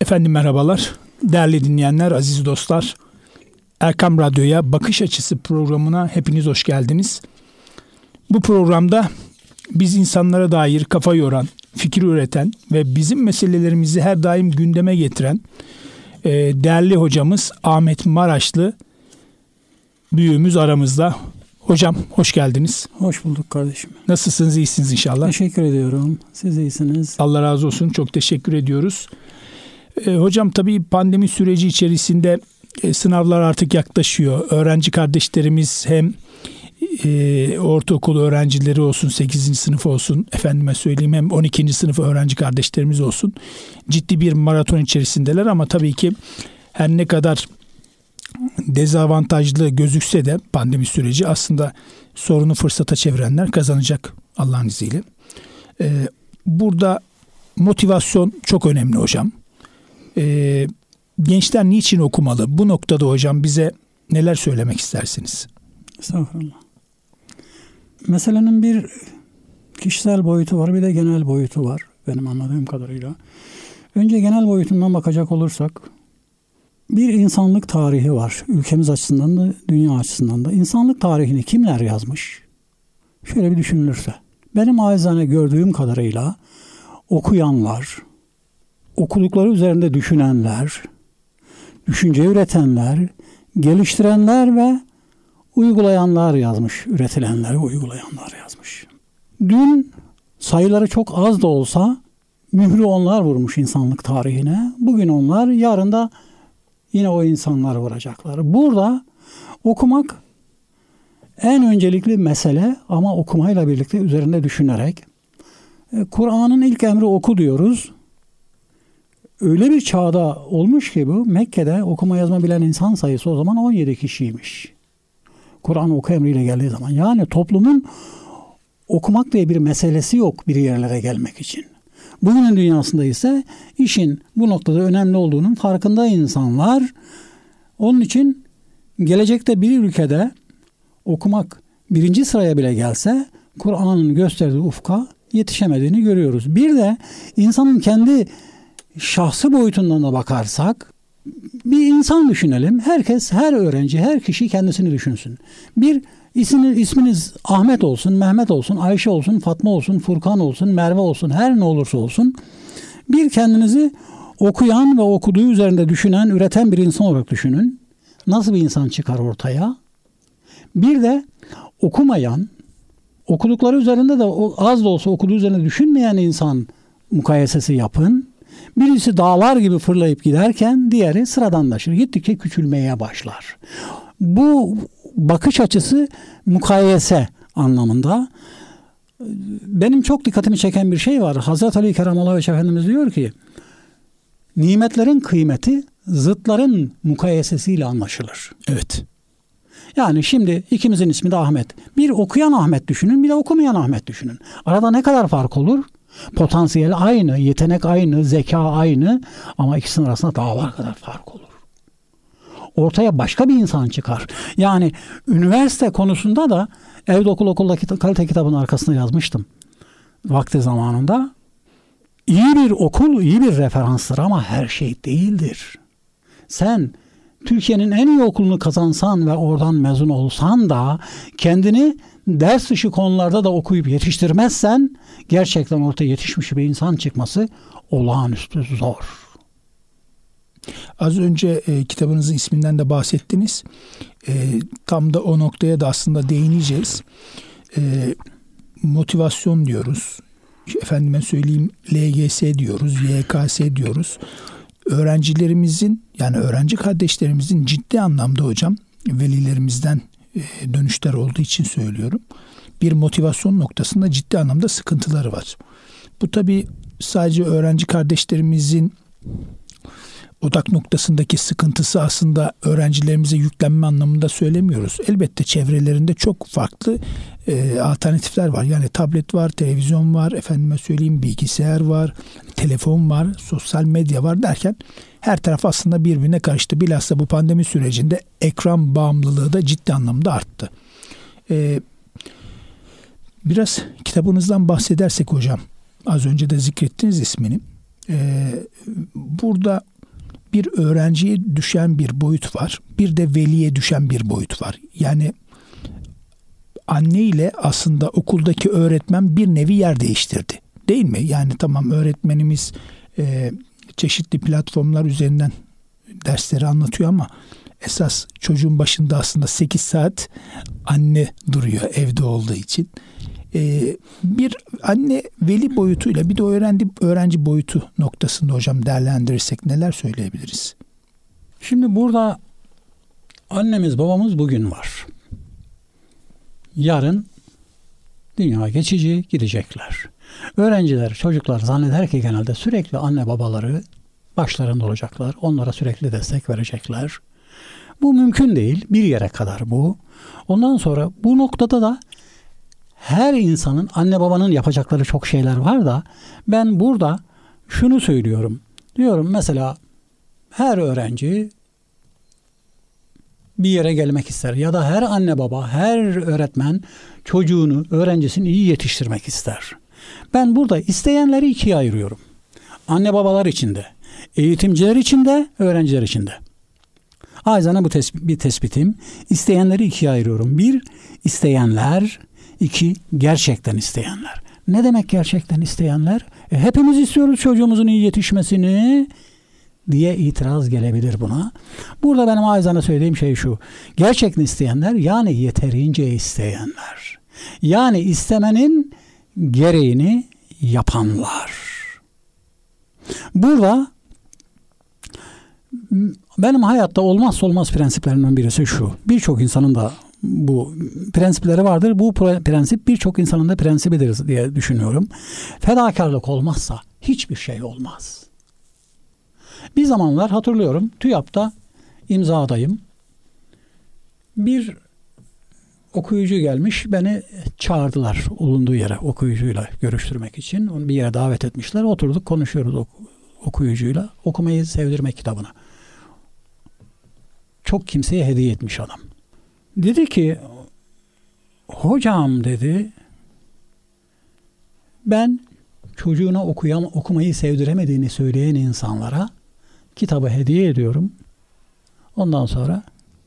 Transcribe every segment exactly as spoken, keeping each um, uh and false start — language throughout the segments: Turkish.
Efendim merhabalar, değerli dinleyenler, aziz dostlar. Erkam Radyo'ya Bakış Açısı programına hepiniz hoş geldiniz. Bu programda biz insanlara dair kafa yoran, fikir üreten ve bizim meselelerimizi her daim gündeme getiren e, değerli hocamız Ahmet Maraşlı büyüğümüz aramızda. Hocam hoş geldiniz. Hoş bulduk kardeşim. Nasılsınız, iyisiniz inşallah? Teşekkür ediyorum. Siz iyisiniz. Allah razı olsun, çok teşekkür ediyoruz. E, hocam tabii pandemi süreci içerisinde e, sınavlar artık yaklaşıyor. Öğrenci kardeşlerimiz hem e, ortaokul öğrencileri olsun, sekizinci sınıf olsun, efendime söyleyeyim hem on ikinci sınıf öğrenci kardeşlerimiz olsun. Ciddi bir maraton içerisindeler ama tabii ki her ne kadar dezavantajlı gözükse de pandemi süreci aslında sorunu fırsata çevirenler kazanacak Allah'ın izniyle. Ee, burada motivasyon çok önemli hocam. Ee, gençler niçin okumalı? Bu noktada hocam bize neler söylemek istersiniz? Estağfurullah. Meselenin bir kişisel boyutu var, bir de genel boyutu var benim anladığım kadarıyla. Önce genel boyutundan bakacak olursak, bir insanlık tarihi var. Ülkemiz açısından da, dünya açısından da. İnsanlık tarihini kimler yazmış? Şöyle bir düşünülürse. Benim acizane gördüğüm kadarıyla okuyanlar, okudukları üzerinde düşünenler, düşünce üretenler, geliştirenler ve uygulayanlar yazmış. Üretilenleri uygulayanlar yazmış. Dün sayıları çok az da olsa mührü onlar vurmuş insanlık tarihine. Bugün onlar, yarın da yine o insanlar vuracaklar. Burada okumak en öncelikli mesele ama okumayla birlikte üzerinde düşünerek. Kur'an'ın ilk emri oku diyoruz. Öyle bir çağda olmuş ki bu, Mekke'de okuma yazma bilen insan sayısı o zaman on yedi kişiymiş. Kur'an oku emriyle geldiği zaman. Yani toplumun okumak diye bir meselesi yok bir yerlere gelmek için. Bugünün dünyasında ise işin bu noktada önemli olduğunun farkında insanlar. Onun için gelecekte bir ülkede okumak birinci sıraya bile gelse Kur'an'ın gösterdiği ufka yetişemediğini görüyoruz. Bir de insanın kendi şahsı boyutundan da bakarsak bir insan düşünelim. Herkes, her öğrenci, her kişi kendisini düşünsün. Bir isminiz, isminiz Ahmet olsun, Mehmet olsun, Ayşe olsun, Fatma olsun, Furkan olsun, Merve olsun, her ne olursa olsun. Bir kendinizi okuyan ve okuduğu üzerinde düşünen, üreten bir insan olarak düşünün. Nasıl bir insan çıkar ortaya? Bir de okumayan, okudukları üzerinde de az da olsa okuduğu üzerinde düşünmeyen insan mukayesesi yapın. Birisi dağlar gibi fırlayıp giderken diğeri sıradanlaşır. Gittikçe küçülmeye başlar. Bu bakış açısı mukayese anlamında. Benim çok dikkatimi çeken bir şey var. Hazreti Ali Keramallahu Vecih Efendimiz diyor ki, nimetlerin kıymeti zıtların mukayesesiyle anlaşılır. Evet. Yani şimdi ikimizin ismi de Ahmet. Bir okuyan Ahmet düşünün, bir de okumayan Ahmet düşünün. Arada ne kadar fark olur? Potansiyel aynı, yetenek aynı, zeka aynı ama ikisinin arasında dağlar kadar fark olur. Ortaya başka bir insan çıkar. Yani üniversite konusunda da Evde Okul Okul'da kalite kitabının arkasında yazmıştım. Vakti zamanında. İyi bir okul, iyi bir referanstır ama her şey değildir. Sen Türkiye'nin en iyi okulunu kazansan ve oradan mezun olsan da kendini ders dışı konularda da okuyup yetiştirmezsen gerçekten ortaya yetişmiş bir insan çıkması olağanüstü zor. Az önce e, kitabınızın isminden de bahsettiniz. E, tam da o noktaya da aslında değineceğiz. E, motivasyon diyoruz. Efendime söyleyeyim L G S diyoruz, Y K S diyoruz. Öğrencilerimizin, yani öğrenci kardeşlerimizin ciddi anlamda hocam, velilerimizden e, dönüşler olduğu için söylüyorum. Bir motivasyon noktasında ciddi anlamda sıkıntıları var. Bu tabii sadece öğrenci kardeşlerimizin odak noktasındaki sıkıntısı aslında öğrencilerimize yüklenme anlamında söylemiyoruz. Elbette çevrelerinde çok farklı e, alternatifler var. Yani tablet var, televizyon var, efendime söyleyeyim bilgisayar var, telefon var, sosyal medya var derken her taraf aslında birbirine karıştı. Bilhassa bu pandemi sürecinde ekran bağımlılığı da ciddi anlamda arttı. E, biraz kitabınızdan bahsedersek hocam, az önce de zikrettiniz ismini. E, burada bir öğrenciye düşen bir boyut var. Bir de veliye düşen bir boyut var. Yani anne ile aslında okuldaki öğretmen bir nevi yer değiştirdi. Değil mi? Yani tamam, öğretmenimiz e, çeşitli platformlar üzerinden dersleri anlatıyor ama esas çocuğun başında aslında sekiz saat anne duruyor evde olduğu için. Ee, bir anne veli boyutuyla bir de öğrenci, öğrenci boyutu noktasında hocam değerlendirirsek neler söyleyebiliriz? Şimdi burada annemiz babamız bugün var. Yarın dünya geçici, gidecekler. Öğrenciler, çocuklar zanneder ki genelde sürekli anne babaları başlarında olacaklar. Onlara sürekli destek verecekler. Bu mümkün değil. Bir yere kadar bu. Ondan sonra bu noktada da her insanın, anne babanın yapacakları çok şeyler var da ben burada şunu söylüyorum. Diyorum mesela her öğrenci bir yere gelmek ister ya da her anne baba, her öğretmen çocuğunu, öğrencisini iyi yetiştirmek ister. Ben burada isteyenleri ikiye ayırıyorum. Anne babalar için de, eğitimciler için de, öğrenciler için de. Acizane bu tespit, bir tespitim. İsteyenleri ikiye ayırıyorum. Bir, isteyenler. İki, gerçekten isteyenler. Ne demek gerçekten isteyenler? E, hepimiz istiyoruz çocuğumuzun iyi yetişmesini diye itiraz gelebilir buna. Burada benim acizane söylediğim şey şu. Gerçekten isteyenler, yani yeterince isteyenler. Yani istemenin gereğini yapanlar. Burada benim hayatta olmazsa olmaz prensiplerimden birisi şu. Birçok insanın da bu prensipleri vardır. Bu prensip birçok insanın da prensibidir diye düşünüyorum. Fedakarlık olmazsa hiçbir şey olmaz. Bir zamanlar hatırlıyorum, TÜYAP'ta imzadayım. Bir okuyucu gelmiş, beni çağırdılar bulunduğu yere okuyucuyla görüştürmek için. Onu bir yere davet etmişler. Oturduk, konuşuyoruz ok- okuyucuyla. Okumayı sevdirmek kitabını. Çok kimseye hediye etmiş adam. Dedi ki, hocam dedi, ben çocuğuna okuyam, okumayı sevdiremediğini söyleyen insanlara kitabı hediye ediyorum. Ondan sonra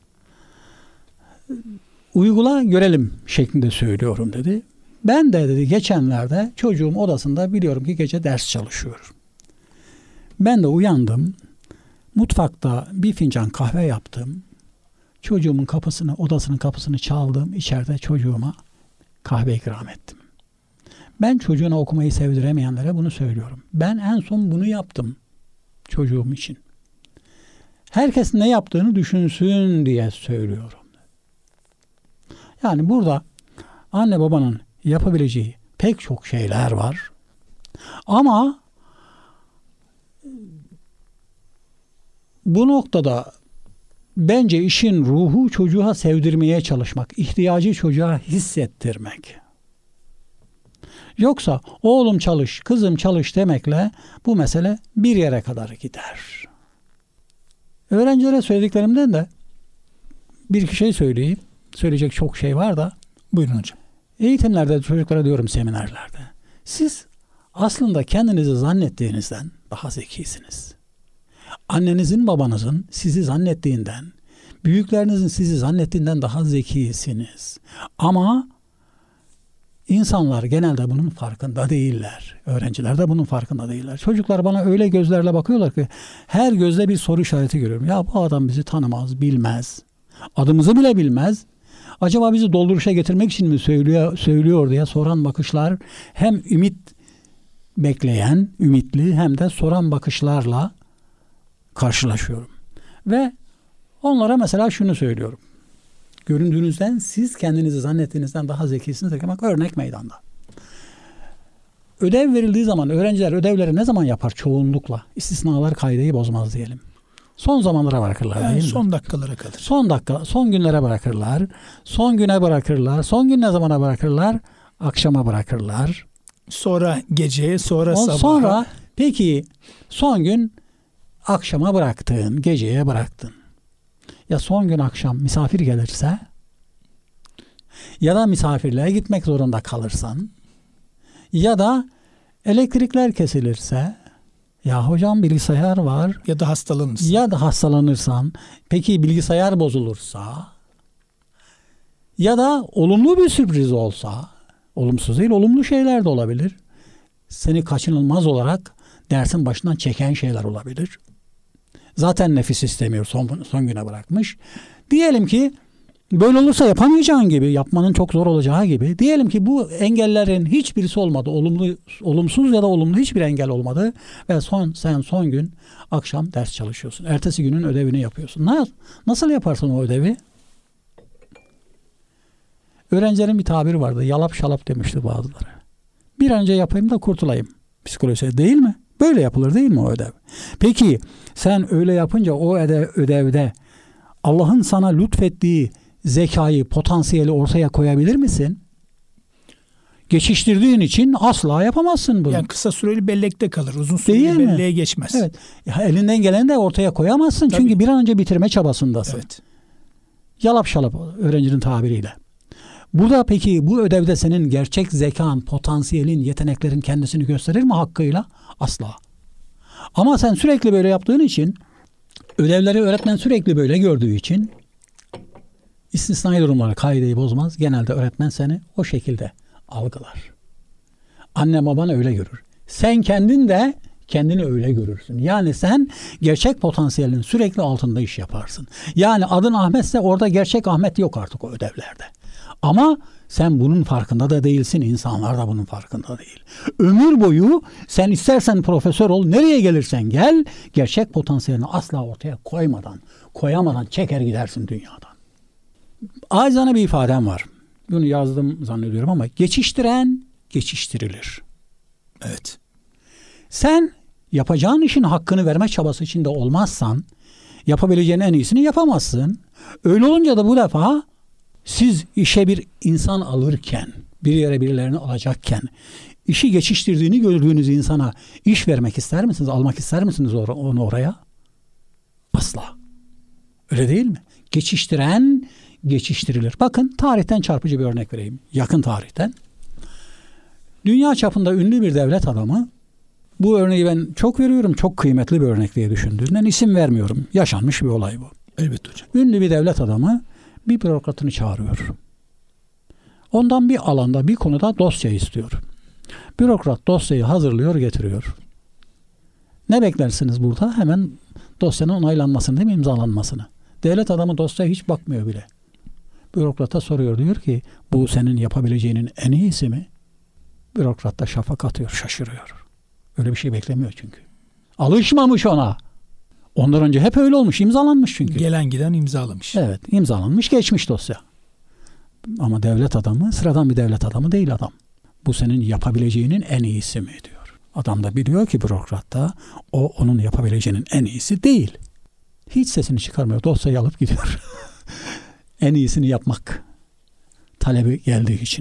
uygula görelim şeklinde söylüyorum dedi. Ben de dedi geçenlerde çocuğum odasında biliyorum ki gece ders çalışıyor. Ben de uyandım. Mutfakta bir fincan kahve yaptım. Çocuğumun kapısını, odasının kapısını çaldım. İçeride çocuğuma kahve ikram ettim. Ben çocuğuna okumayı sevdiremeyenlere bunu söylüyorum. Ben en son bunu yaptım çocuğum için. Herkes ne yaptığını düşünsün diye söylüyorum. Yani burada anne babanın yapabileceği pek çok şeyler var. Ama bu noktada bence işin ruhu çocuğa sevdirmeye çalışmak, ihtiyacı çocuğa hissettirmek. Yoksa oğlum çalış, kızım çalış demekle bu mesele bir yere kadar gider. Öğrencilere söylediklerimden de bir iki şey söyleyeyim. Söyleyecek çok şey var da. Buyurun hocam. Eğitimlerde çocuklara diyorum, seminerlerde. Siz aslında kendinizi zannettiğinizden daha zekisiniz. Annenizin, babanızın sizi zannettiğinden, büyüklerinizin sizi zannettiğinden daha zekisiniz. Ama insanlar genelde bunun farkında değiller. Öğrenciler de bunun farkında değiller. Çocuklar bana öyle gözlerle bakıyorlar ki her gözle bir soru işareti görüyorum. Ya bu adam bizi tanımaz, bilmez. Adımızı bile bilmez. Acaba bizi dolduruşa getirmek için mi söylüyor, söylüyor diye soran bakışlar, hem ümit bekleyen, ümitli hem de soran bakışlarla karşılaşıyorum. Ve onlara mesela şunu söylüyorum. Göründüğünüzden, siz kendinizi zannettiğinizden daha zekisiniz. Bak, örnek meydanda. Ödev verildiği zaman öğrenciler ödevleri ne zaman yapar çoğunlukla? İstisnalar kaideyi bozmaz diyelim. Son zamanlara bırakırlar Yani değil mi? son dakikalara kalır. Son dakika, son günlere bırakırlar. Son güne bırakırlar. Son gün ne zamana bırakırlar? Akşama bırakırlar. Sonra geceye, sonra sabaha. Sonra peki son gün akşama bıraktın, geceye bıraktın. Ya son gün akşam misafir gelirse ya da misafirliğe gitmek zorunda kalırsan ya da elektrikler kesilirse Ya hocam bilgisayar var. Ya da hastalanırsan. Ya da hastalanırsan. Peki bilgisayar bozulursa? Ya da olumlu bir sürpriz olsa? Olumsuz değil, olumlu şeyler de olabilir. Seni kaçınılmaz olarak dersin başından çeken şeyler olabilir. Zaten nefis istemiyor, son, son güne bırakmış. Diyelim ki böyle olursa yapamayacağın gibi, yapmanın çok zor olacağı gibi. Diyelim ki bu engellerin hiçbirisi olmadı. Olumlu, olumsuz ya da olumlu hiçbir engel olmadı. Ve son sen son gün akşam ders çalışıyorsun. Ertesi günün ödevini yapıyorsun. Nasıl yaparsın o ödevi? Öğrencilerin bir tabiri vardı. Yalap şalap demişti bazıları. Bir an önce yapayım da kurtulayım. Psikolojisi değil mi? Böyle yapılır değil mi o ödev? Peki sen öyle yapınca o ödev, ödevde Allah'ın sana lütfettiği zekayı, potansiyeli ortaya koyabilir misin? Geçiştirdiğin için asla yapamazsın bunu. Yani kısa süreli bellekte kalır. Uzun süreli belleğe geçmez. Evet. Ya elinden geleni de ortaya koyamazsın. Tabii. Çünkü bir an önce bitirme çabasındasın. Evet. Yalap şalap öğrencinin tabiriyle. Burada peki bu ödevde senin gerçek zekan, potansiyelin, yeteneklerin kendisini gösterir mi hakkıyla? Asla. Ama sen sürekli böyle yaptığın için, ödevleri öğretmen sürekli böyle gördüğü için, istisnai durumları kaideyi bozmaz. Genelde öğretmen seni o şekilde algılar. Anne baban öyle görür. Sen kendin de kendini öyle görürsün. Yani sen gerçek potansiyelin sürekli altında iş yaparsın. Yani adın Ahmetse orada gerçek Ahmet yok artık o ödevlerde. Ama sen bunun farkında da değilsin. İnsanlar da bunun farkında değil. Ömür boyu sen istersen profesör ol, nereye gelirsen gel, gerçek potansiyelini asla ortaya koymadan, koyamadan çeker gidersin dünyadan. Acizane bir ifadem var. Bunu yazdım zannediyorum ama geçiştiren geçiştirilir. Evet. Sen yapacağın işin hakkını verme çabası içinde olmazsan yapabileceğin en iyisini yapamazsın. Öyle olunca da bu defa siz işe bir insan alırken, bir yere birilerini alacakken, işi geçiştirdiğini gördüğünüz insana iş vermek ister misiniz? Almak ister misiniz onu oraya? Asla. Öyle değil mi? Geçiştiren geçiştirilir. Bakın tarihten çarpıcı bir örnek vereyim. Yakın tarihten. Dünya çapında ünlü bir devlet adamı, bu örneği ben çok veriyorum, çok kıymetli bir örnek diye düşündüğümden isim vermiyorum. Yaşanmış bir olay bu. Evet hocam. Ünlü bir devlet adamı bir bürokratını çağırıyor. Ondan bir alanda, bir konuda dosya istiyor. Bürokrat dosyayı hazırlıyor, getiriyor. Ne beklersiniz burada? Hemen dosyanın onaylanmasını, değil mi? İmzalanmasını. Devlet adamı dosyaya hiç bakmıyor bile. Bürokrata soruyor, diyor ki bu senin yapabileceğinin en iyisi mi? Bürokrat da şafak atıyor, şaşırıyor. Öyle bir şey beklemiyor çünkü. Alışmamış ona. Ondan önce hep öyle olmuş, imzalanmış çünkü. Gelen giden imzalamış. Evet, imzalanmış, geçmiş dosya. Ama devlet adamı, sıradan bir devlet adamı değil adam. Bu senin yapabileceğinin en iyisi mi diyor. Adam da biliyor ki bürokrat da o onun yapabileceğinin en iyisi değil. Hiç sesini çıkarmıyor, dosyayı alıp gidiyor. En iyisini yapmak talebi geldiği için.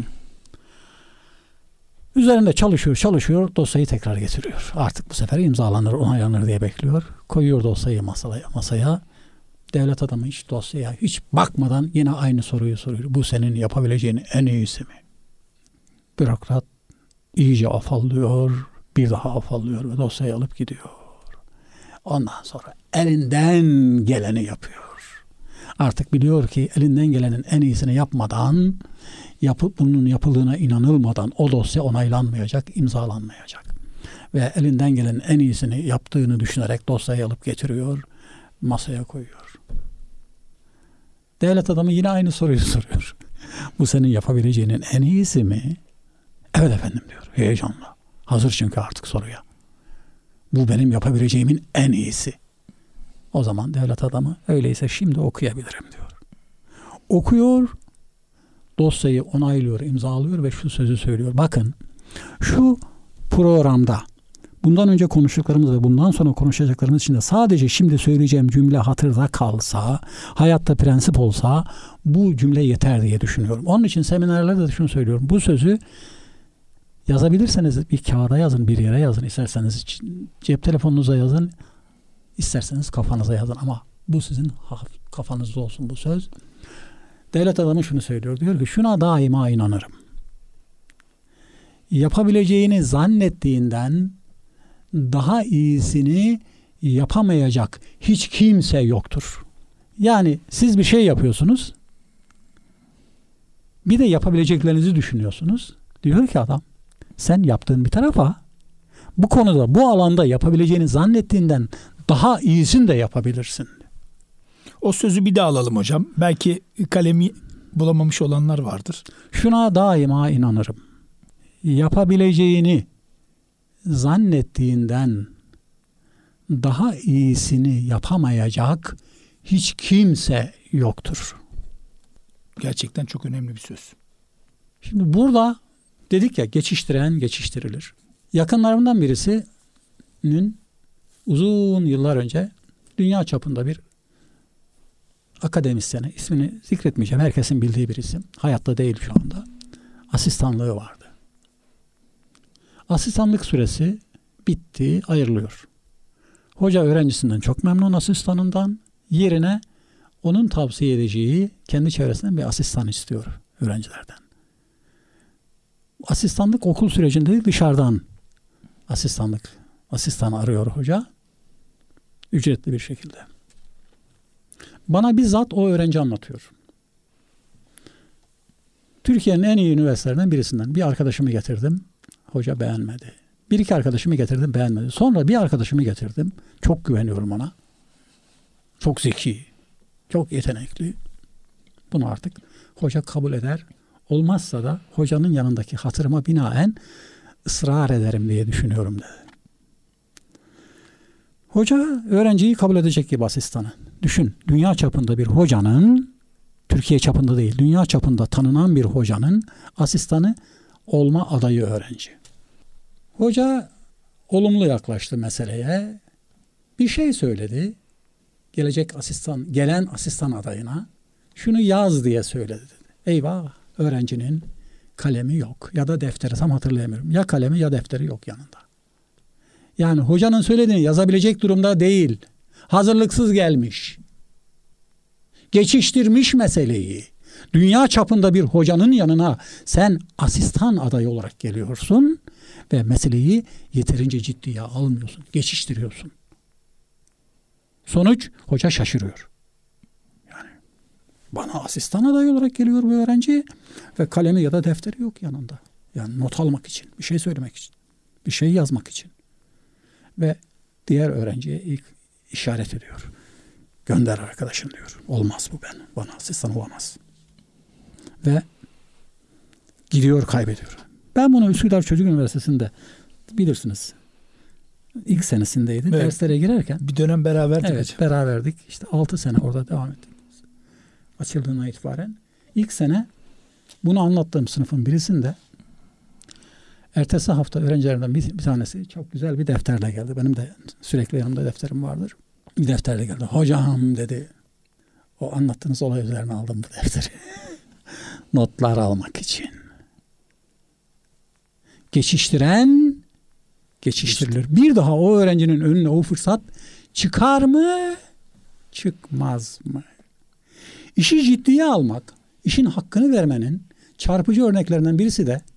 Üzerinde çalışıyor, çalışıyor, dosyayı tekrar getiriyor. Artık bu sefer imzalanır, onaylanır diye bekliyor. Koyuyor dosyayı masaya, masaya. Devlet adamı hiç dosyaya hiç bakmadan yine aynı soruyu soruyor. Bu senin yapabileceğin en iyisi mi? Bürokrat iyice afallıyor, bir daha afallıyor ve dosyayı alıp gidiyor. Ondan sonra elinden geleni yapıyor. Artık biliyor ki elinden gelenin en iyisini yapmadan, yapıp bunun yapıldığına inanılmadan o dosya onaylanmayacak, imzalanmayacak. Ve elinden gelenin en iyisini yaptığını düşünerek dosyayı alıp getiriyor, masaya koyuyor. Devlet adamı yine aynı soruyu soruyor. Bu senin yapabileceğinin en iyisi mi? Evet efendim diyor heyecanla. Hazır çünkü artık soruya. Bu benim yapabileceğimin en iyisi. O zaman devlet adamı öyleyse şimdi okuyabilirim diyor. Okuyor, dosyayı onaylıyor, imzalıyor ve şu sözü söylüyor. Bakın şu programda bundan önce konuştuklarımız ve bundan sonra konuşacaklarımız içinde sadece şimdi söyleyeceğim cümle hatırda kalsa, hayatta prensip olsa bu cümle yeter diye düşünüyorum. Onun için seminerlerde de şunu söylüyorum. Bu sözü yazabilirseniz bir kağıda yazın, bir yere yazın. İsterseniz cep telefonunuza yazın. İsterseniz kafanıza yazın ama bu sizin kafanızda olsun bu söz. Devlet adamı şunu söylüyor. Diyor ki şuna daima inanırım. Yapabileceğini zannettiğinden daha iyisini yapamayacak hiç kimse yoktur. Yani siz bir şey yapıyorsunuz. Bir de yapabileceklerinizi düşünüyorsunuz. Diyor ki adam, sen yaptığın bir tarafa bu konuda, bu alanda yapabileceğini zannettiğinden daha iyisini de yapabilirsin. O sözü bir daha alalım hocam. Belki kalemi bulamamış olanlar vardır. Şuna daima inanırım. Yapabileceğini zannettiğinden daha iyisini yapamayacak hiç kimse yoktur. Gerçekten çok önemli bir söz. Şimdi burada dedik ya, geçiştiren geçiştirilir. Yakınlarımdan birisinin uzun yıllar önce dünya çapında bir akademisyeni, ismini zikretmeyeceğim, herkesin bildiği bir isim, hayatta değil şu anda, asistanlığı vardı. Asistanlık süresi bitti, ayrılıyor. Hoca öğrencisinden çok memnun, asistanından. Yerine onun tavsiye edeceği kendi çevresinden bir asistan istiyor öğrencilerden. Asistanlık okul sürecinde dışarıdan asistanlık asistanı arıyor hoca. Ücretli bir şekilde. Bana bizzat o öğrenci anlatıyor. Türkiye'nin en iyi üniversitelerinden birisinden bir arkadaşımı getirdim. Hoca beğenmedi. Bir iki arkadaşımı getirdim, beğenmedi. Sonra bir arkadaşımı getirdim. Çok güveniyorum ona. Çok zeki, çok yetenekli. Bunu artık hoca kabul eder. Olmazsa da hocanın yanındaki hatırıma binaen ısrar ederim diye düşünüyorum dedi. Hoca öğrenciyi kabul edecek gibi asistanı. Düşün, dünya çapında bir hocanın, Türkiye çapında değil, dünya çapında tanınan bir hocanın asistanı olma adayı öğrenci. Hoca olumlu yaklaştı meseleye. Bir şey söyledi. Gelecek asistan, gelen asistan adayına şunu yaz diye söyledi. Eyvah, öğrencinin kalemi yok ya da defteri, tam hatırlayamıyorum. Ya kalemi ya defteri yok yanında. Yani hocanın söylediğini yazabilecek durumda değil. Hazırlıksız gelmiş. Geçiştirmiş meseleyi. Dünya çapında bir hocanın yanına sen asistan adayı olarak geliyorsun ve meseleyi yeterince ciddiye almıyorsun. Geçiştiriyorsun. Sonuç, hoca şaşırıyor. Yani bana asistan adayı olarak geliyor bu öğrenci ve kalemi ya da defteri yok yanında. Yani not almak için, bir şey söylemek için, bir şey yazmak için. Ve diğer öğrenciye ilk işaret ediyor. Gönder arkadaşın diyor. Olmaz bu ben. Bana asistan olamaz. Ve gidiyor, kaybediyor. Ben bunu Üsküdar Çocuk Üniversitesi'nde, bilirsiniz, ilk senesindeydi. Evet. Derslere girerken. Bir dönem beraberdik. Evet, hocam. Beraberdik. İşte altı sene orada devam ettik. Açıldığına itibaren. İlk sene bunu anlattığım sınıfın birisinde ertesi hafta öğrencilerimden bir, bir tanesi çok güzel bir defterle geldi. Benim de sürekli yanımda defterim vardır. Bir defterle geldi. Hocam dedi, o anlattığınız olay üzerine aldım bu defteri. Notlar almak için. Geçiştiren geçiştirilir. Bir daha o öğrencinin önüne o fırsat çıkar mı? Çıkmaz mı? İşi ciddiye almak, işin hakkını vermenin çarpıcı örneklerinden birisi de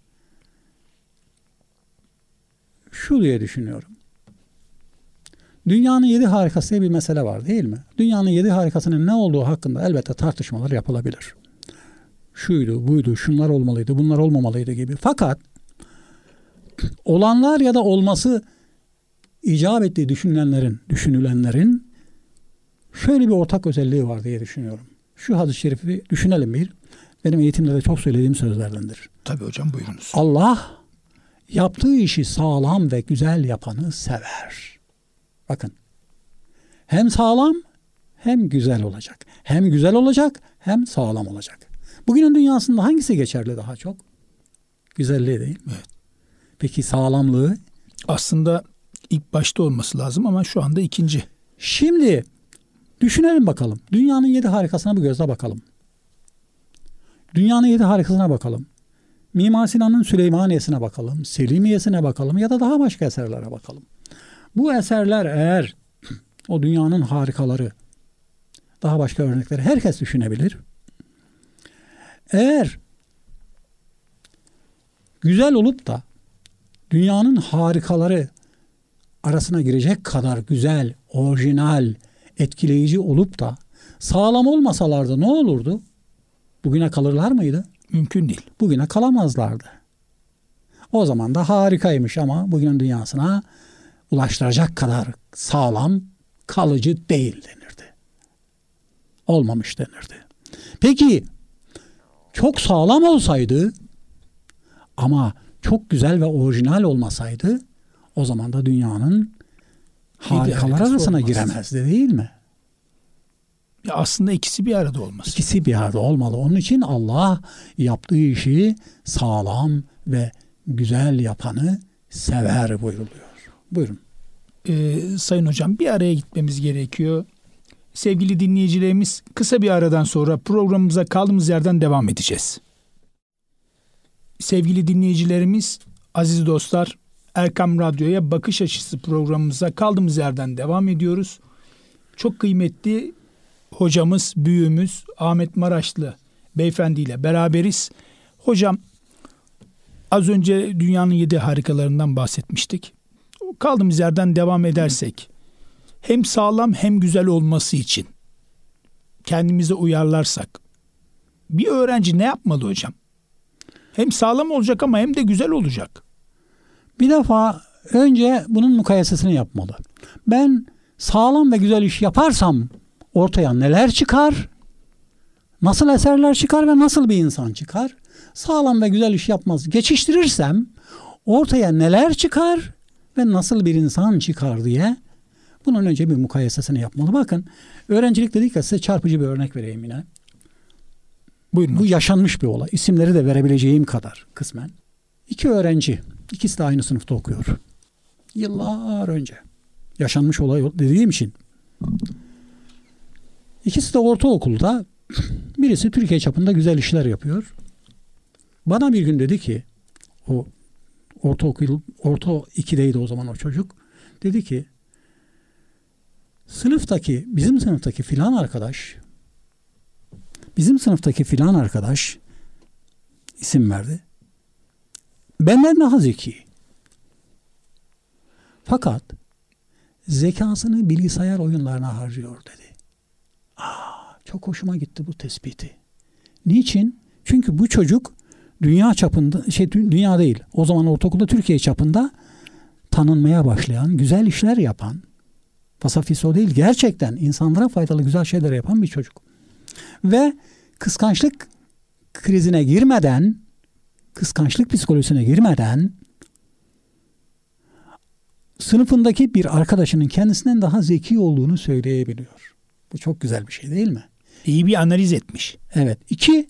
şu diye düşünüyorum. Dünyanın yedi harikası diye bir mesele var değil mi? Dünyanın yedi harikasının ne olduğu hakkında elbette tartışmalar yapılabilir. Şuydu, buydu, şunlar olmalıydı, bunlar olmamalıydı gibi. Fakat olanlar ya da olması icap ettiği düşünülenlerin, düşünülenlerin şöyle bir ortak özelliği var diye düşünüyorum. Şu hadis-i şerifi düşünelim bir. Benim eğitimde de çok söylediğim sözlerdendir. Tabii hocam, buyurunuz. Allah yaptığı işi sağlam ve güzel yapanı sever. Bakın. Hem sağlam hem güzel olacak. Hem güzel olacak hem sağlam olacak. Bugünün dünyasında hangisi geçerli daha çok? Güzelliği değil mi? Evet. Peki sağlamlığı? Aslında ilk başta olması lazım ama şu anda ikinci. Şimdi düşünelim bakalım. Dünyanın yedi harikasına bu gözle bakalım. Dünyanın yedi harikasına bakalım. Mimar Sinan'ın Süleymaniye'sine bakalım. Selimiye'sine bakalım ya da daha başka eserlere bakalım. Bu eserler eğer o dünyanın harikaları, daha başka örnekleri herkes düşünebilir. Eğer güzel olup da dünyanın harikaları arasına girecek kadar güzel, orijinal, etkileyici olup da sağlam olmasalardı ne olurdu? Bugüne kalırlar mıydı? Mümkün değil. Bugüne kalamazlardı. O zaman da harikaymış ama bugünün dünyasına ulaştıracak kadar sağlam, kalıcı değil denirdi. Olmamış denirdi. Peki çok sağlam olsaydı ama çok güzel ve orijinal olmasaydı o zaman da dünyanın harikalar arasına olmaz. Giremezdi değil mi? Ya aslında ikisi bir arada olmaz. İkisi bir arada olmalı. Onun için Allah yaptığı işi sağlam ve güzel yapanı sever buyuruluyor. Buyurun. Ee, Sayın Hocam, bir araya gitmemiz gerekiyor. Sevgili dinleyicilerimiz, kısa bir aradan sonra programımıza kaldığımız yerden devam edeceğiz. Sevgili dinleyicilerimiz, aziz dostlar, Erkam Radyo'ya Bakış Açısı programımıza kaldığımız yerden devam ediyoruz. Çok kıymetli hocamız, büyüğümüz Ahmet Maraşlı beyefendiyle beraberiz. Hocam, az önce dünyanın yedi harikalarından bahsetmiştik. Kaldığımız yerden devam edersek, hem sağlam hem güzel olması için kendimize uyarlarsak, bir öğrenci ne yapmalı hocam? Hem sağlam olacak ama hem de güzel olacak. Bir defa önce bunun mukayesesini yapmalı. Ben sağlam ve güzel iş yaparsam ortaya neler çıkar? Nasıl eserler çıkar ve nasıl bir insan çıkar? Sağlam ve güzel iş yapmaz. Geçiştirirsem ortaya neler çıkar ve nasıl bir insan çıkar diye bunun önce bir mukayesesini yapmalı. Bakın, öğrencilik dedik ya, size çarpıcı bir örnek vereyim yine. Buyurun. Bu yaşanmış bir olay. İsimleri de verebileceğim kadar kısmen. İki öğrenci, ikisi de aynı sınıfta okuyor. Yıllar önce. Yaşanmış olay dediğim için. İkisi de ortaokulda, birisi Türkiye çapında güzel işler yapıyor. Bana bir gün dedi ki, o ortaokul, orta ikideydi o zaman o çocuk. Dedi ki, sınıftaki, bizim sınıftaki filan arkadaş, bizim sınıftaki filan arkadaş, isim verdi, benden daha zeki. Fakat zekasını bilgisayar oyunlarına harcıyor dedi. Aa, çok hoşuma gitti bu tespiti. Niçin? Çünkü bu çocuk dünya çapında, şey dünya değil, o zaman ortaokulda Türkiye çapında tanınmaya başlayan, güzel işler yapan, pasafiso değil, gerçekten insanlara faydalı güzel şeyler yapan bir çocuk. Ve kıskançlık krizine girmeden, kıskançlık psikolojisine girmeden sınıfındaki bir arkadaşının kendisinden daha zeki olduğunu söyleyebiliyor. Bu çok güzel bir şey değil mi? İyi bir analiz etmiş. Evet. İki,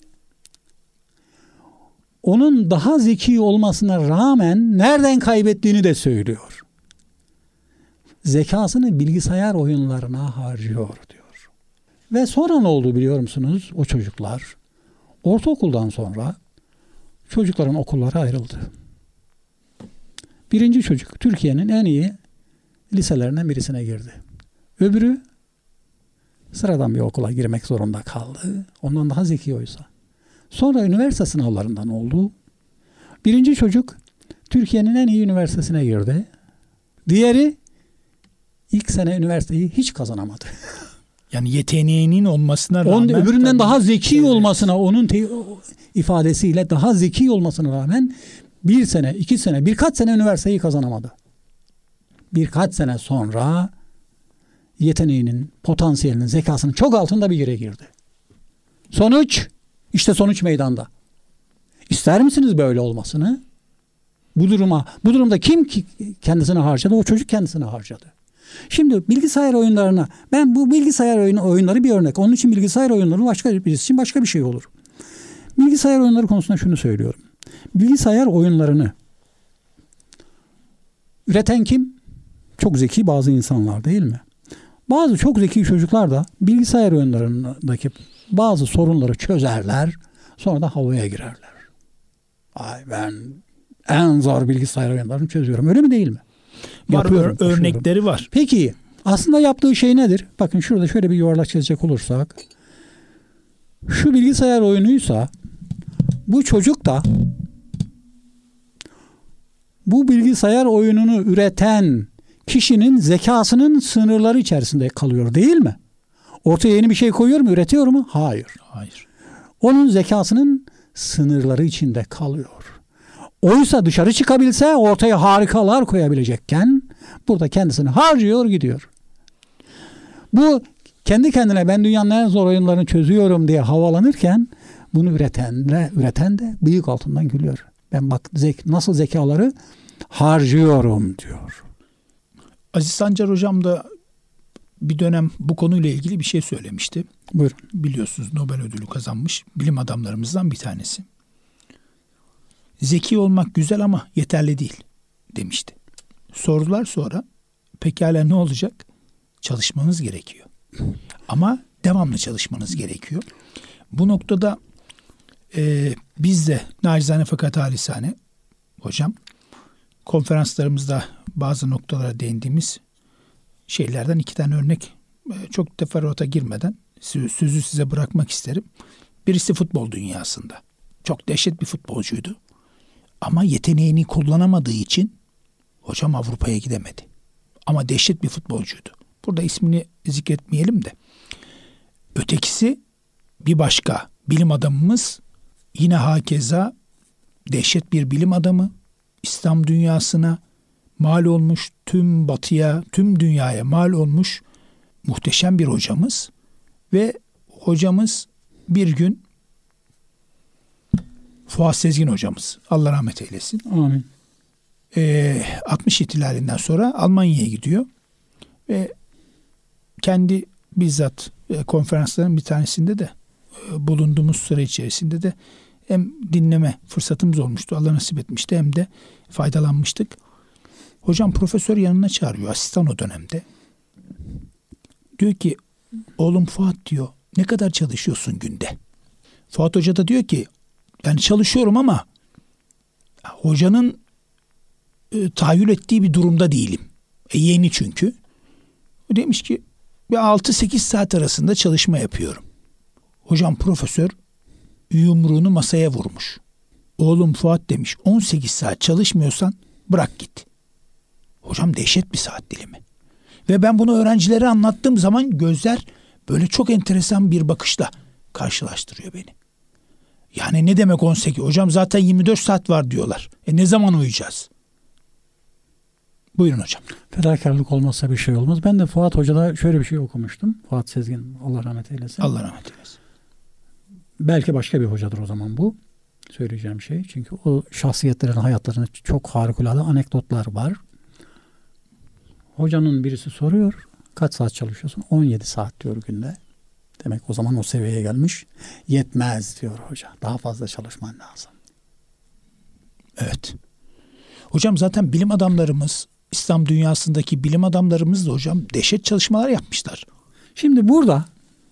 onun daha zeki olmasına rağmen nereden kaybettiğini de söylüyor. Zekasını bilgisayar oyunlarına harcıyor diyor. Ve sonra ne oldu biliyor musunuz? O çocuklar ortaokuldan sonra çocukların okulları ayrıldı. Birinci çocuk Türkiye'nin en iyi liselerinden birisine girdi. Öbürü sıradan bir okula girmek zorunda kaldı. Ondan daha zeki oysa. Sonra üniversite sınavlarından oldu. Birinci çocuk Türkiye'nin en iyi üniversitesine girdi. Diğeri ilk sene üniversiteyi hiç kazanamadı. Yani yeteneğinin olmasına rağmen. Onun öbüründen tabii, daha zeki evet. olmasına, onun te- ifadesiyle daha zeki olmasına rağmen bir sene, iki sene, birkaç sene üniversiteyi kazanamadı. Birkaç sene sonra yeteneğinin, potansiyelinin, zekasının çok altında bir yere girdi. Sonuç, işte sonuç meydanda. İster misiniz böyle olmasını? Bu duruma, bu durumda kim ki kendisini harcadı? O çocuk kendisini harcadı. Şimdi bilgisayar oyunlarına, ben bu bilgisayar oyunu, oyunları bir örnek. Onun için bilgisayar oyunları başka birisi için başka bir şey olur. Bilgisayar oyunları konusunda şunu söylüyorum. Bilgisayar oyunlarını üreten kim? Çok zeki bazı insanlar değil mi? Bazı çok zeki çocuklar da bilgisayar oyunlarındaki bazı sorunları çözerler. Sonra da havaya girerler. Ay ben en zor bilgisayar oyunlarını çözüyorum. Öyle mi değil mi? Var, Yapıyorum, ör- örnekleri var. Peki aslında yaptığı şey nedir? Bakın şurada şöyle bir yuvarlak çizecek olursak. Şu bilgisayar oyunuysa bu çocuk da bu bilgisayar oyununu üreten kişinin zekasının sınırları içerisinde kalıyor değil mi? Ortaya yeni bir şey koyuyor mu, üretiyor mu? Hayır. Hayır. Onun zekasının sınırları içinde kalıyor. Oysa dışarı çıkabilse ortaya harikalar koyabilecekken burada kendisini harcıyor gidiyor. Bu kendi kendine ben dünyanın en zor oyunlarını çözüyorum diye havalanırken bunu üretenle, üreten de bıyık altından gülüyor. Ben bak zek, nasıl zekaları harcıyorum diyor. Aziz Sancar hocam da bir dönem bu konuyla ilgili bir şey söylemişti. Buyurun. Biliyorsunuz Nobel ödülü kazanmış bilim adamlarımızdan bir tanesi. Zeki olmak güzel ama yeterli değil demişti. Sordular sonra, pekala ne olacak? Çalışmanız gerekiyor. Ama devamlı çalışmanız gerekiyor. Bu noktada e, biz de nacizane fakat halisane hocam konferanslarımızda bazı noktalara değindiğimiz şeylerden iki tane örnek, e, çok teferruata girmeden sözü size bırakmak isterim. Birisi futbol dünyasında. Çok dehşet bir futbolcuydu. Ama yeteneğini kullanamadığı için hocam Avrupa'ya gidemedi. Ama dehşet bir futbolcuydu. Burada ismini zikretmeyelim de. Ötekisi bir başka bilim adamımız, yine hakeza dehşet bir bilim adamı, İslam dünyasına mal olmuş, tüm batıya, tüm dünyaya mal olmuş muhteşem bir hocamız ve hocamız bir gün Fuat Sezgin hocamız, Allah rahmet eylesin. Amin. Ee, altmış ihtilalinden sonra Almanya'ya gidiyor ve kendi bizzat e, konferansların bir tanesinde de e, bulunduğumuz süre içerisinde de hem dinleme fırsatımız olmuştu. Allah nasip etmişti, hem de faydalanmıştık. Hocam profesör yanına çağırıyor, asistan o dönemde. Diyor ki, oğlum Fuat diyor, ne kadar çalışıyorsun günde? Fuat Hoca da diyor ki, yani çalışıyorum ama hocanın e, tahayyül ettiği bir durumda değilim. E, yeni çünkü. O demiş ki bir altı sekiz saat arasında çalışma yapıyorum. Hocam profesör yumruğunu masaya vurmuş. Oğlum Fuat demiş, on sekiz saat çalışmıyorsan bırak git. Hocam dehşet bir saat dilimi. Ve ben bunu öğrencilere anlattığım zaman gözler böyle çok enteresan bir bakışla karşılaştırıyor beni. Yani ne demek on sekiz? Hocam zaten yirmi dört saat var diyorlar. E ne zaman uyuyacağız? Buyurun hocam. Fedakarlık olmazsa bir şey olmaz. Ben de Fuat Hoca'da şöyle bir şey okumuştum. Fuat Sezgin, Allah rahmet eylesin. Allah rahmet eylesin. Belki başka bir hocadır o zaman bu. Söyleyeceğim şey. Çünkü o şahsiyetlerin hayatlarında çok harikulade anekdotlar var. Hocanın birisi soruyor. Kaç saat çalışıyorsun? on yedi saat diyor günde. Demek o zaman o seviyeye gelmiş. Yetmez diyor hoca. Daha fazla çalışman lazım. Evet. Hocam zaten bilim adamlarımız, İslam dünyasındaki bilim adamlarımız da hocam dehşet çalışmalar yapmışlar. Şimdi burada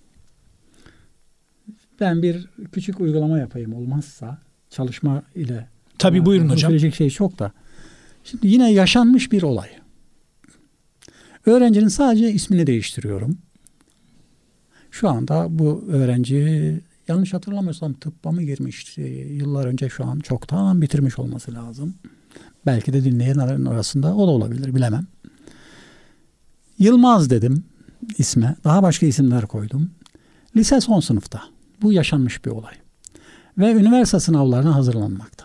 ben bir küçük uygulama yapayım olmazsa çalışma ile. Tabii buyurun hocam. Söyleyecek şey çok da. Şimdi yine yaşanmış bir olay. Öğrencinin sadece ismini değiştiriyorum. Şu anda bu öğrenci yanlış hatırlamıyorsam tıbba mı girmişti? Yıllar önce, şu an çoktan bitirmiş olması lazım. Belki de dinleyenlerin arasında o da olabilir, bilemem. Yılmaz dedim isme. Daha başka isimler koydum. Lise son sınıfta. Bu yaşanmış bir olay. Ve üniversite sınavlarına hazırlanmakta.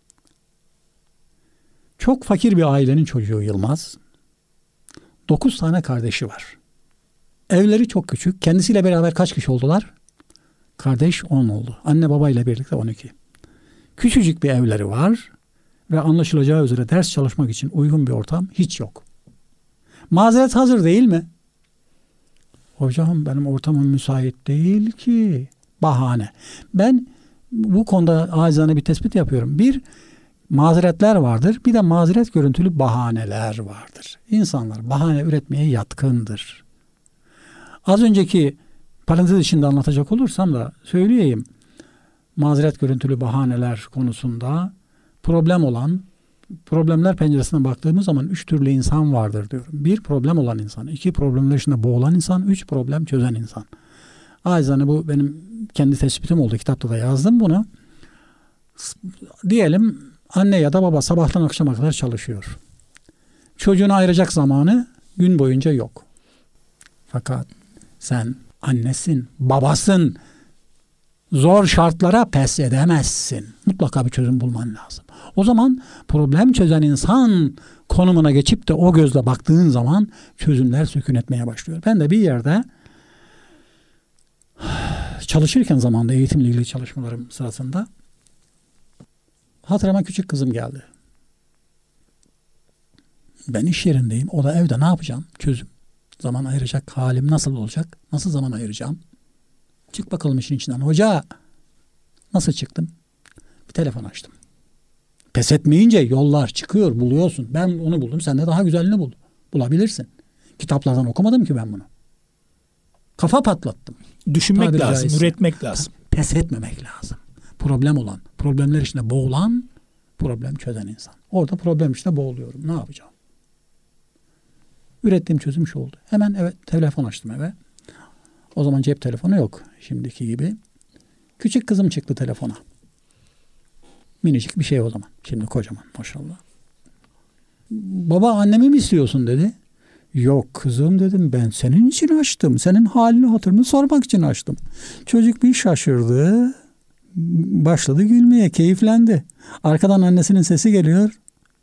Çok fakir bir ailenin çocuğu Yılmaz. Dokuz tane kardeşi var. Evleri çok küçük. Kendisiyle beraber kaç kişi oldular? Kardeş on oldu. Anne babayla birlikte on iki. Küçücük bir evleri var ve anlaşılacağı üzere ders çalışmak için uygun bir ortam hiç yok. Mazeret hazır değil mi? Hocam benim ortamım müsait değil ki. Bahane. Ben bu konuda acizane bir tespit yapıyorum. Bir, mazeretler vardır. Bir de mazeret görüntülü bahaneler vardır. İnsanlar bahane üretmeye yatkındır. Az önceki parantez içinde anlatacak olursam da söyleyeyim. Mazeret görüntülü bahaneler konusunda problem olan, problemler penceresinden baktığımız zaman üç türlü insan vardır diyorum. Bir, problem olan insan. İki, problemler içinde boğulan insan. Üç, problem çözen insan. Acizane bu benim kendi tespitim oldu. Kitapta da yazdım bunu. Diyelim anne ya da baba sabahtan akşama kadar çalışıyor. Çocuğuna ayıracak zamanı gün boyunca yok. Fakat sen annesin, babasın. Zor şartlara pes edemezsin. Mutlaka bir çözüm bulman lazım. O zaman problem çözen insan konumuna geçip de o gözle baktığın zaman çözümler sükun etmeye başlıyor. Ben de bir yerde çalışırken zamanda eğitimle ilgili çalışmalarım sırasında hatırıma küçük kızım geldi. Ben iş yerindeyim. O da evde, ne yapacağım? Çözüm. Zaman ayıracak halim nasıl olacak? Nasıl zaman ayıracağım? Çık bakalım işin içinden. Hoca, nasıl çıktım? Bir telefon açtım. Pes etmeyince yollar çıkıyor, buluyorsun. Ben onu buldum, sen de daha güzelini bul. Bulabilirsin. Kitaplardan okumadım ki ben bunu. Kafa patlattım. Düşünmek Tabiri lazım, caizse. üretmek lazım. Pes etmemek lazım. Problem olan, problemler içinde boğulan, problem çözen insan. Orada problem içinde boğuluyorum. Ne yapacağım? Ürettiğim çözüm şu oldu. Hemen evet telefon açtım eve. O zaman cep telefonu yok şimdiki gibi. Küçük kızım çıktı telefona. Minicik bir şey o zaman. Şimdi kocaman maşallah. Baba, annemi mi istiyorsun dedi. Yok kızım dedim, ben senin için açtım. Senin halini hatırını sormak için açtım. Çocuk bir şaşırdı. Başladı gülmeye, keyiflendi. Arkadan annesinin sesi geliyor.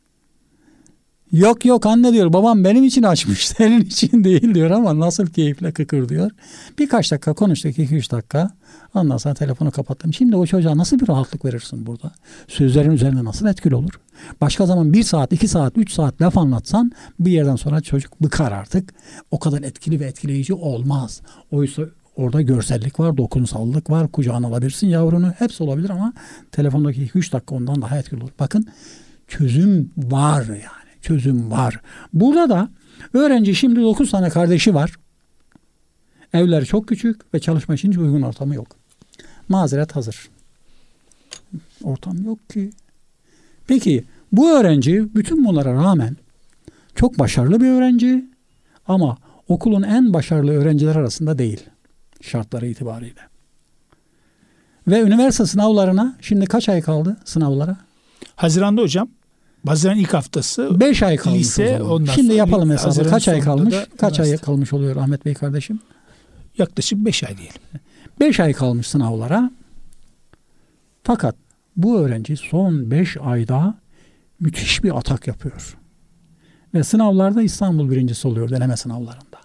Yok yok anne diyor, babam benim için açmış, senin için değil diyor, ama nasıl keyifle kıkır diyor. Birkaç dakika konuştuk, iki üç dakika. Ondan sonra telefonu kapattım. Şimdi o çocuğa nasıl bir rahatlık verirsin burada? Sözlerin üzerine nasıl etkili olur? Başka zaman bir saat, iki saat, üç saat laf anlatsan bir yerden sonra çocuk bıkar artık. O kadar etkili ve etkileyici olmaz. Oysa orada görsellik var, dokunsallık var, kucağına alabilirsin yavrunu. Hepsi olabilir ama telefondaki iki üç dakika ondan daha etkili olur. Bakın, çözüm var yani. Çözüm var. Burada da öğrenci şimdi dokuz tane kardeşi var. Evleri çok küçük ve çalışma için hiç uygun ortamı yok. Mazeret hazır. Ortam yok ki. Peki bu öğrenci bütün bunlara rağmen çok başarılı bir öğrenci ama okulun en başarılı öğrenciler arasında değil. Şartları itibariyle. Ve üniversite sınavlarına şimdi kaç ay kaldı sınavlara? Haziranda hocam. Haziran ilk haftası. beş ay kalmış lise, o zaman. Şimdi yapalım hesabı. Kaç ay kalmış? Kaç ay kalmış oluyor Ahmet Bey kardeşim? Yaklaşık beş ay diyelim. beş ay kalmış sınavlara. Fakat bu öğrenci son beş ayda müthiş bir atak yapıyor. Ve sınavlarda İstanbul birincisi oluyor, deneme sınavlarında.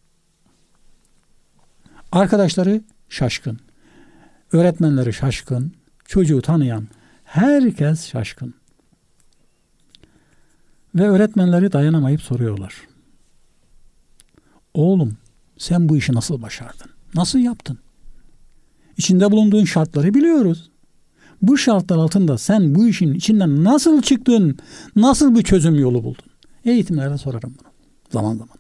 Arkadaşları şaşkın. Öğretmenleri şaşkın. Çocuğu tanıyan herkes şaşkın. Ve öğretmenleri dayanamayıp soruyorlar. Oğlum, sen bu işi nasıl başardın? Nasıl yaptın? İçinde bulunduğun şartları biliyoruz. Bu şartlar altında sen bu işin içinden nasıl çıktın? Nasıl bir çözüm yolu buldun? Eğitimlerde sorarım bunu. Zaman zaman.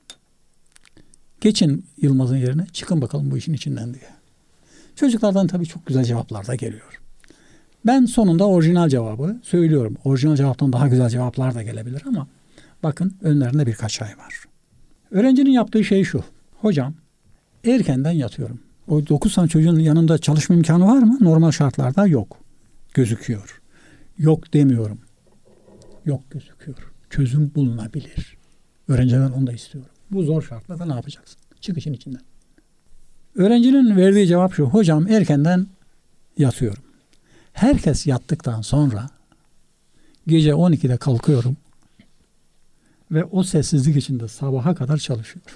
Geçin Yılmaz'ın yerine, çıkın bakalım bu işin içinden diye. Çocuklardan tabii çok güzel cevaplar da geliyor. Ben sonunda orijinal cevabı söylüyorum. Orijinal cevaptan daha güzel cevaplar da gelebilir ama bakın önlerinde birkaç ay var. Öğrencinin yaptığı şey şu. Hocam, erkenden yatıyorum. O dokuz tane çocuğun yanında çalışma imkanı var mı? Normal şartlarda yok. Gözüküyor. Yok demiyorum. Yok gözüküyor. Çözüm bulunabilir. Öğrenciden onu da istiyorum. Bu zor şartlarda ne yapacaksın? Çık işin içinden. Öğrencinin verdiği cevap şu. Hocam, erkenden yatıyorum. Herkes yattıktan sonra gece on ikide kalkıyorum ve o sessizlik içinde sabaha kadar çalışıyorum.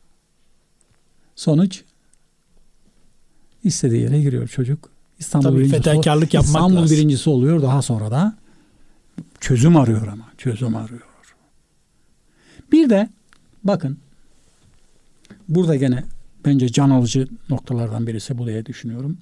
Sonuç, istediği yere giriyor çocuk. İstanbul Tabii birincisi, fedakarlık yapmak İstanbul lazım. birincisi oluyor, daha sonra da çözüm arıyor ama. Çözüm arıyor. Bir de bakın, burada gene bence can alıcı noktalardan birisi bu diye düşünüyorum.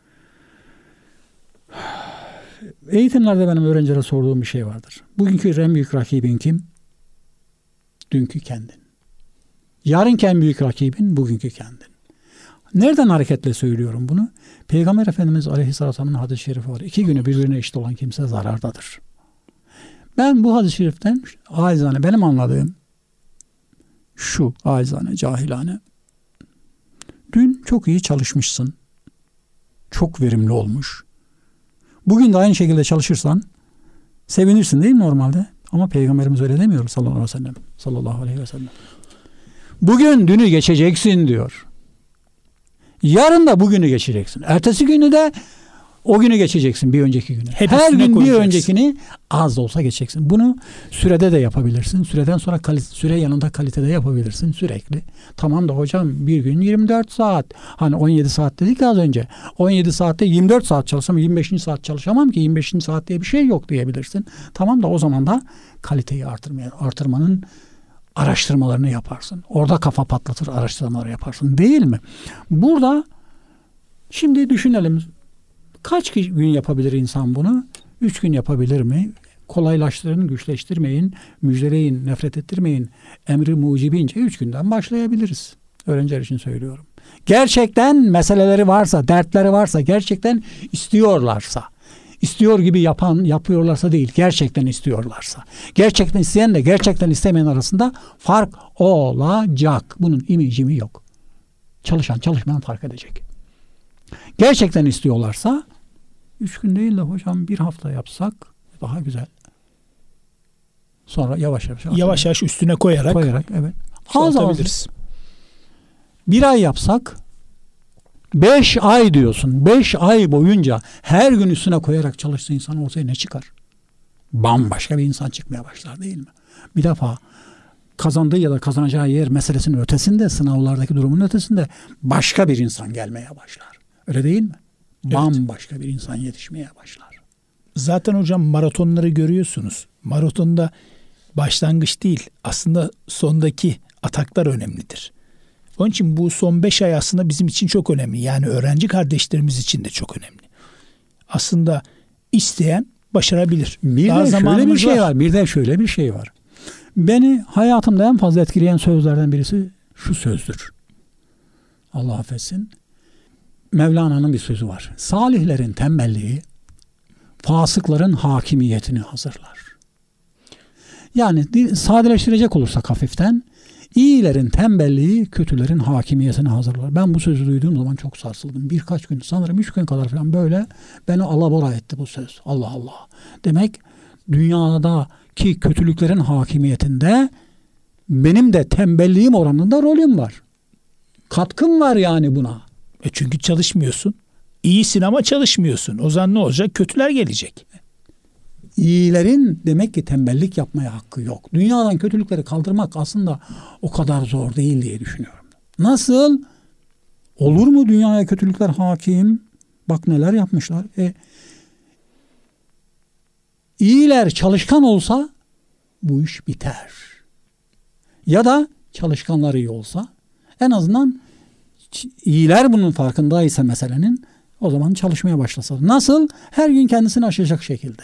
Eğitimlerde benim öğrencilere sorduğum bir şey vardır. Bugünkü en büyük rakibin kim? Dünkü kendin. Yarınki en büyük rakibin bugünkü kendin. Nereden hareketle söylüyorum bunu? Peygamber Efendimiz Aleyhisselatü Vesselam'ın hadis-i şerifi var. İki günü birbirine eşit olan kimse zarardadır. Ben bu hadis-i şeriften acizane benim anladığım şu, acizane, cahilane. Dün çok iyi çalışmışsın. Çok verimli olmuş. Bugün de aynı şekilde çalışırsan sevinirsin değil mi normalde? Ama Peygamberimiz öyle demiyor sallallahu aleyhi ve sellem. Sallallahu aleyhi ve sellem. Bugün dünü geçeceksin diyor. Yarın da bugünü geçeceksin. Ertesi günü de o günü geçeceksin, bir önceki günü. Hep Her gün koyacaksın. bir öncekini az da olsa geçeceksin. Bunu sürede de yapabilirsin. Süreden sonra kalite, süre yanında kalitede yapabilirsin sürekli. Tamam da hocam bir gün yirmi dört saat. Hani on yedi saat dedik az önce. on yedi saatte yirmi dört saat çalışsam yirmi beşinci saat çalışamam ki, yirmi beşinci saat diye bir şey yok diyebilirsin. Tamam da o zaman da kaliteyi artırmaya, artırmanın araştırmalarını yaparsın. Orada kafa patlatır, araştırmaları yaparsın. Değil mi? Burada şimdi düşünelim. Kaç gün yapabilir insan bunu? Üç gün yapabilir mi? Kolaylaştırın, güçleştirmeyin, müjdeleyin, nefret ettirmeyin. Emri mucibince üç günden başlayabiliriz. Öğrenciler için söylüyorum. Gerçekten meseleleri varsa, dertleri varsa, gerçekten istiyorlarsa, istiyor gibi yapan, yapıyorlarsa değil, gerçekten istiyorlarsa. Gerçekten isteyenle gerçekten istemeyen arasında fark olacak. Bunun imicimi yok. Çalışan çalışmayan fark edecek. Gerçekten istiyorlarsa üç gün değil de hocam bir hafta yapsak daha güzel. Sonra yavaş yavaş yavaş yavaş üstüne koyarak koyarak evet. Az az. Bir ay yapsak beş ay diyorsun. Beş ay boyunca her gün üstüne koyarak çalışsa insan ortaya ne çıkar? Bambaşka bir insan çıkmaya başlar değil mi? Bir defa kazandığı ya da kazanacağı yer meselesinin ötesinde, sınavlardaki durumun ötesinde başka bir insan gelmeye başlar. Öyle değil mi? Evet. Bambaşka bir insan yetişmeye başlar. Zaten hocam maratonları görüyorsunuz. Maratonda başlangıç değil, aslında sondaki ataklar önemlidir. Onun için bu son beş ay aslında bizim için çok önemli. Yani öğrenci kardeşlerimiz için de çok önemli. Aslında isteyen başarabilir. Bir Daha de şöyle bir şey var. var. Bir de şöyle bir şey var. Beni hayatımda en fazla etkileyen sözlerden birisi şu sözdür. Allah affetsin. Mevlana'nın bir sözü var. Salihlerin tembelliği fasıkların hakimiyetini hazırlar. Yani sadeleştirecek olursak hafiften, iyilerin tembelliği kötülerin hakimiyetini hazırlar. Ben bu sözü duyduğum zaman çok sarsıldım. Birkaç gün, sanırım üç gün kadar falan böyle beni alabora etti bu söz. Allah Allah. Demek dünyadaki kötülüklerin hakimiyetinde benim de tembelliğim oranında rolüm var. Katkım var yani buna. E çünkü çalışmıyorsun. İyisin ama çalışmıyorsun. O zaman ne olacak? Kötüler gelecek. İyilerin demek ki tembellik yapmaya hakkı yok. Dünyadan kötülükleri kaldırmak aslında o kadar zor değil diye düşünüyorum. Nasıl? Olur mu dünyaya kötülükler hakim? Bak neler yapmışlar. E, iyiler çalışkan olsa bu iş biter. Ya da çalışkanlar iyi olsa, en azından iyiler bunun farkındaysa meselenin, o zaman çalışmaya başlasa. Nasıl? Her gün kendisini aşacak şekilde.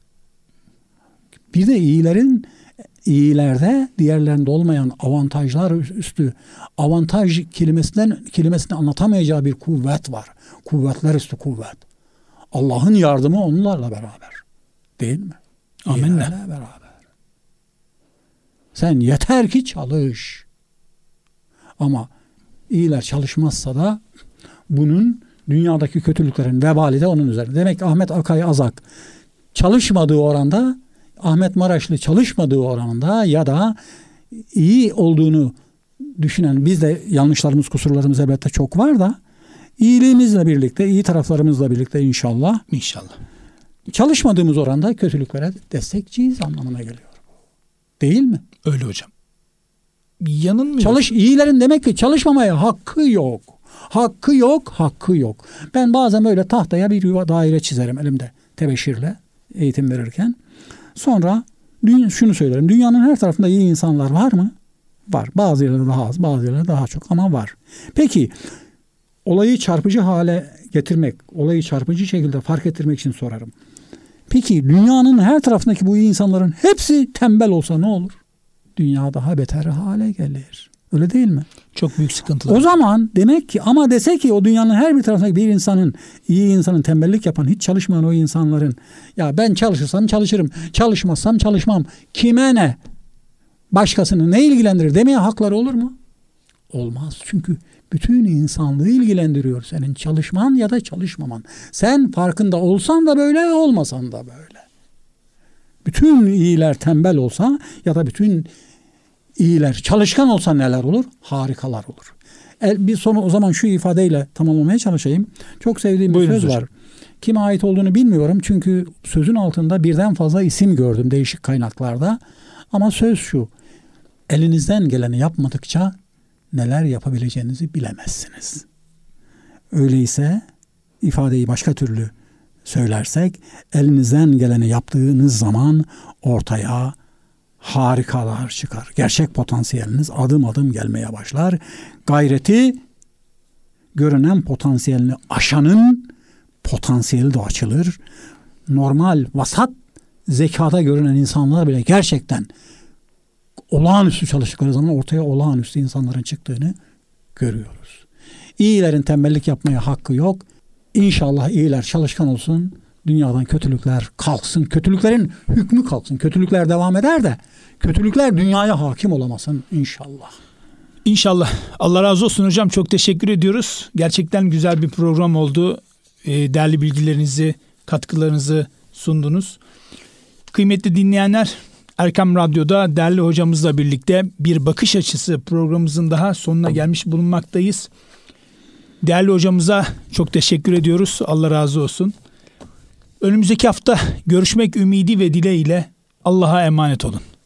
Bir de iyilerin, iyilerde diğerlerinde olmayan avantajlar üstü, avantaj kelimesinden kelimesini anlatamayacağı bir kuvvet var. Kuvvetler üstü kuvvet. Allah'ın yardımı onlarla beraber. Değil mi? Amenna. İyilerle beraber. Sen yeter ki çalış. Ama iyiler çalışmazsa da bunun dünyadaki kötülüklerin vebali de onun üzerine. Demek ki Ahmet Akay Azak çalışmadığı oranda, Ahmet Maraşlı çalışmadığı oranda ya da iyi olduğunu düşünen, biz de yanlışlarımız, kusurlarımız elbette çok var da, iyiliğimizle birlikte, iyi taraflarımızla birlikte inşallah İnşallah. çalışmadığımız oranda kötülüklere destekçiyiz anlamına geliyor. Değil mi? Öyle hocam. Yanılmıyor. Çalış, iyilerin demek ki çalışmamaya hakkı yok. Hakkı yok, hakkı yok. Ben bazen böyle tahtaya bir yuva daire çizerim elimde tebeşirle eğitim verirken. Sonra şunu söylerim. Dünyanın her tarafında iyi insanlar var mı? Var. Bazı yerlerde daha az, bazı yerlerde daha çok ama var. Peki olayı çarpıcı hale getirmek, olayı çarpıcı şekilde fark ettirmek için sorarım. Peki dünyanın her tarafındaki bu iyi insanların hepsi tembel olsa ne olur? Dünya daha beter hale gelir. Öyle değil mi? Çok büyük sıkıntılar. O zaman demek ki, ama dese ki o dünyanın her bir tarafındaki bir insanın, iyi insanın, tembellik yapan, hiç çalışmayan o insanların, ya ben çalışırsam çalışırım, çalışmazsam çalışmam, kime ne? Başkasını ne ilgilendirir demeye hakları olur mu? Olmaz. Çünkü bütün insanlığı ilgilendiriyor senin çalışman ya da çalışmaman. Sen farkında olsan da böyle, olmasan da böyle. Bütün iyiler tembel olsa ya da bütün iyiler çalışkan olsa neler olur? Harikalar olur. El, bir sonu o zaman şu ifadeyle tamamlamaya çalışayım. Çok sevdiğim bir Buyurun söz hocam. var. Kime ait olduğunu bilmiyorum. Çünkü sözün altında birden fazla isim gördüm değişik kaynaklarda. Ama söz şu. Elinizden geleni yapmadıkça neler yapabileceğinizi bilemezsiniz. Öyleyse ifadeyi başka türlü söylersek, elinizden geleni yaptığınız zaman ortaya harikalar çıkar. Gerçek potansiyeliniz adım adım gelmeye başlar. Gayreti görünen potansiyelini aşanın potansiyeli de açılır. Normal, vasat zekada görünen insanlar bile gerçekten olağanüstü çalıştıkları zaman ortaya olağanüstü insanların çıktığını görüyoruz. İyilerin tembellik yapmaya hakkı yok. İnşallah iyiler çalışkan olsun. Dünyadan kötülükler kalksın. Kötülüklerin hükmü kalksın. Kötülükler devam eder de kötülükler dünyaya hakim olamasın inşallah. İnşallah. Allah razı olsun hocam. Çok teşekkür ediyoruz. Gerçekten güzel bir program oldu. Değerli bilgilerinizi, katkılarınızı sundunuz. Kıymetli dinleyenler, Erkam Radyo'da değerli hocamızla birlikte bir bakış açısı programımızın daha sonuna gelmiş bulunmaktayız. Değerli hocamıza çok teşekkür ediyoruz. Allah razı olsun. Önümüzdeki hafta görüşmek ümidi ve dileğiyle Allah'a emanet olun.